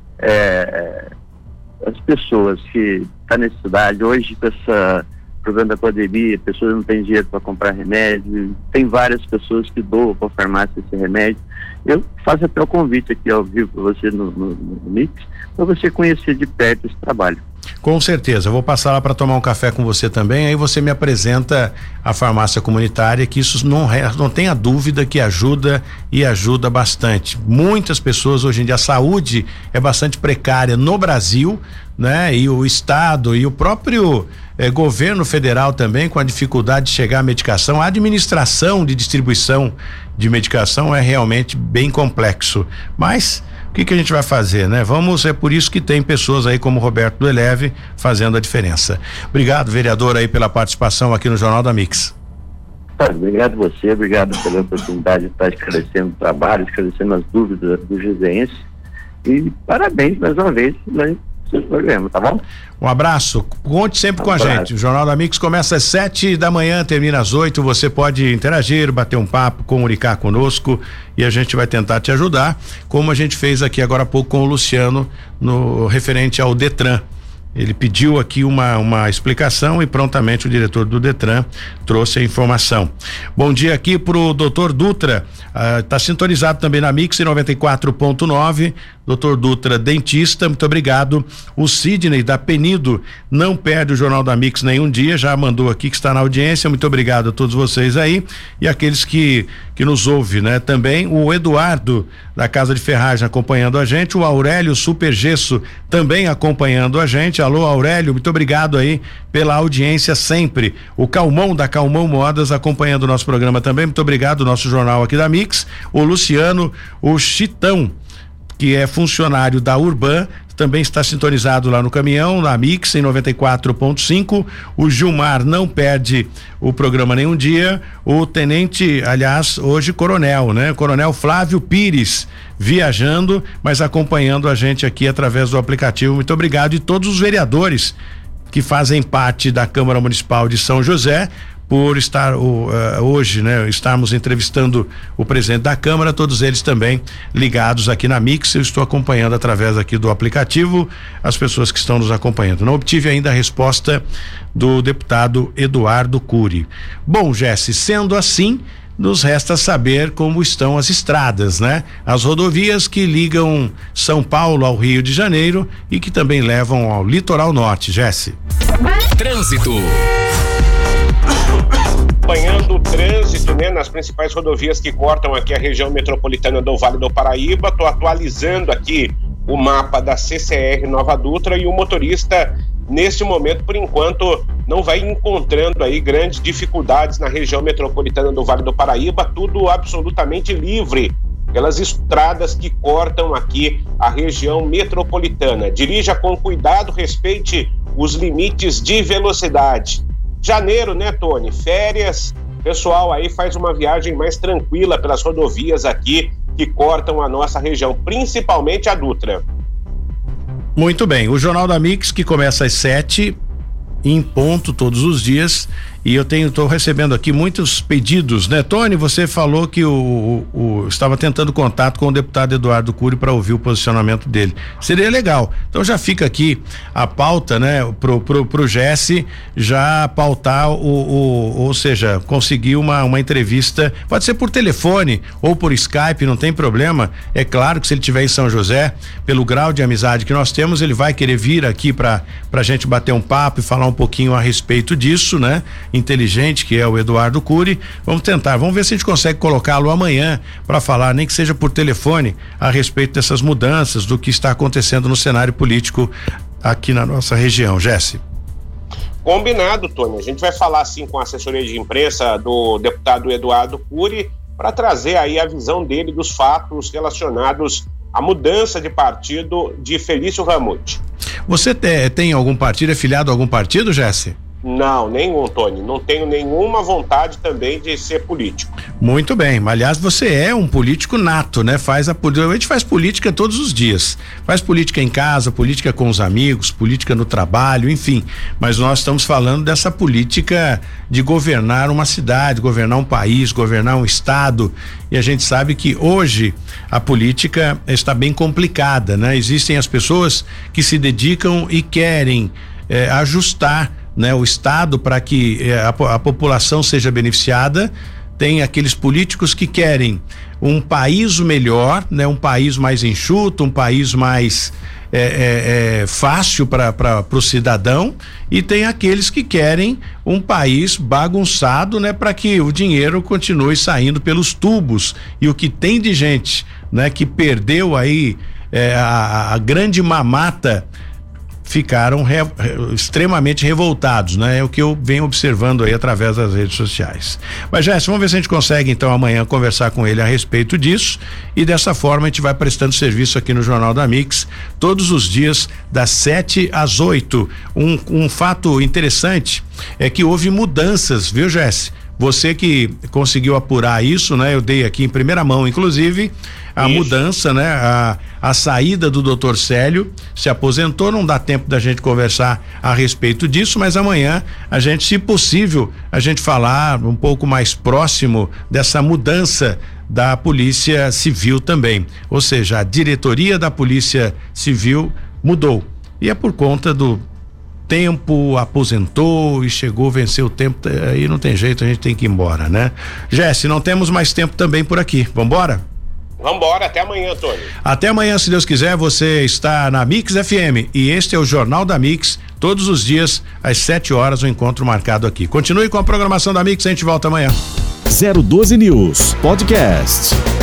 as pessoas que estão nessa cidade. Hoje, com esse problema da pandemia, pessoas não têm dinheiro para comprar remédio, tem várias pessoas que doam para a farmácia esse remédio. Eu faço até o convite aqui ao vivo para você no Mix, para você conhecer de perto esse trabalho. Com certeza, eu vou passar lá para tomar um café com você também, aí você me apresenta a farmácia comunitária, que isso não tenha dúvida que ajuda e ajuda bastante. Muitas pessoas hoje em dia, a saúde é bastante precária no Brasil, né? E o Estado e o próprio governo federal também, com a dificuldade de chegar à medicação, a administração de distribuição de medicação é realmente bem complexo, mas o que a gente vai fazer, né? É por isso que tem pessoas aí como o Roberto do Eleve fazendo a diferença. Obrigado, vereador, aí pela participação aqui no Jornal da Mix. Obrigado você, obrigado pela oportunidade de estar esclarecendo o trabalho, esclarecendo as dúvidas do Jusense, e parabéns mais uma vez pelo seu programa, tá bom? Um abraço, conte sempre com a gente. O Jornal da Mix começa às 7 da manhã, termina às 8. Você pode interagir, bater um papo, comunicar conosco e a gente vai tentar te ajudar, como a gente fez aqui agora há pouco com o Luciano, no referente ao Detran. Ele pediu aqui uma explicação e prontamente o diretor do Detran trouxe a informação. Bom dia aqui pro Dr. Dutra, tá sintonizado também na Mix 94.9. Dr. Dutra, dentista, muito obrigado. O Sidney da Penido não perde o Jornal da Mix nenhum dia, já mandou aqui que está na audiência, muito obrigado a todos vocês aí e aqueles que nos ouvem, né? Também o Eduardo da Casa de Ferragem acompanhando a gente, o Aurélio Super Gesso também acompanhando a gente. Alô, Aurélio, muito obrigado aí pela audiência sempre. O Calmon da Calmon Modas acompanhando o nosso programa também, muito obrigado, nosso jornal aqui da Mix. O Luciano, o Chitão, que é funcionário da Urban, também está sintonizado lá no caminhão, na Mix em 94.5. O Gilmar não perde o programa nenhum dia. O tenente, aliás, hoje coronel, né? Coronel Flávio Pires viajando, mas acompanhando a gente aqui através do aplicativo. Muito obrigado. E todos os vereadores que fazem parte da Câmara Municipal de São José, por estar hoje, né, estarmos entrevistando o presidente da Câmara, todos eles também ligados aqui na Mix. Eu estou acompanhando através aqui do aplicativo as pessoas que estão nos acompanhando. Não obtive ainda a resposta do deputado Eduardo Cury. Bom, Jesse, sendo assim, nos resta saber como estão as estradas, né? As rodovias que ligam São Paulo ao Rio de Janeiro e que também levam ao litoral norte, Jesse. Trânsito. Acompanhando o trânsito, né, nas principais rodovias que cortam aqui a região metropolitana do Vale do Paraíba. Estou atualizando aqui o mapa da CCR Nova Dutra e o motorista, neste momento, por enquanto, não vai encontrando aí grandes dificuldades na região metropolitana do Vale do Paraíba, tudo absolutamente livre pelas estradas que cortam aqui a região metropolitana. Dirija com cuidado, respeite os limites de velocidade. Janeiro, né, Tony? Férias, pessoal aí faz uma viagem mais tranquila pelas rodovias aqui que cortam a nossa região, principalmente a Dutra. Muito bem, o Jornal da Mix, que começa às 7 em ponto todos os dias, e eu estou recebendo aqui muitos pedidos, né? Tony, você falou que estava tentando contato com o deputado Eduardo Cury para ouvir o posicionamento dele. Seria legal. Então já fica aqui a pauta, né? Pro Jesse já pautar ou seja, conseguir uma entrevista, pode ser por telefone ou por Skype, não tem problema. É claro que se ele estiver em São José, pelo grau de amizade que nós temos, ele vai querer vir aqui pra gente bater um papo e falar um pouquinho a respeito disso, né? Inteligente, que é o Eduardo Cury. Vamos ver se a gente consegue colocá-lo amanhã para falar, nem que seja por telefone, a respeito dessas mudanças, do que está acontecendo no cenário político aqui na nossa região. Jesse. Combinado, Tony. A gente vai falar assim com a assessoria de imprensa do deputado Eduardo Cury para trazer aí a visão dele dos fatos relacionados à mudança de partido de Felício Ramute. Você tem algum partido, é filiado a algum partido, Jesse? Não, nenhum, Tony. Não tenho nenhuma vontade também de ser político. Muito bem. Aliás, você é um político nato, né? A gente faz política todos os dias. Faz política em casa, política com os amigos, política no trabalho, enfim. Mas nós estamos falando dessa política de governar uma cidade, governar um país, governar um estado. E a gente sabe que hoje a política está bem complicada, né? Existem as pessoas que se dedicam e querem ajustar, né, o estado para que a população seja beneficiada. Tem aqueles políticos que querem um país melhor, né, um país mais enxuto, um país mais fácil para o cidadão, e tem aqueles que querem um país bagunçado, né, para que o dinheiro continue saindo pelos tubos. E o que tem de gente, né, que perdeu aí a grande mamata, ficaram extremamente revoltados, né? É o que eu venho observando aí através das redes sociais. Mas, Jéssica, vamos ver se a gente consegue então amanhã conversar com ele a respeito disso, e dessa forma a gente vai prestando serviço aqui no Jornal da Mix todos os dias das 7 às 8. Um fato interessante é que houve mudanças, viu, Jéssica? Você que conseguiu apurar isso, né? Eu dei aqui em primeira mão, inclusive, a mudança, né? A saída do Dr. Célio, se aposentou, não dá tempo da gente conversar a respeito disso, mas amanhã a gente, se possível, a gente falar um pouco mais próximo dessa mudança da Polícia Civil também. Ou seja, a diretoria da Polícia Civil mudou. E é por conta do tempo, aposentou e chegou, venceu o tempo, aí não tem jeito, a gente tem que ir embora, né? Jesse, não temos mais tempo também por aqui, vambora? Vambora, até amanhã, Tony. Até amanhã, se Deus quiser. Você está na Mix FM e este é o Jornal da Mix, todos os dias às 7 horas, o encontro marcado aqui. Continue com a programação da Mix, a gente volta amanhã. 012 News Podcast.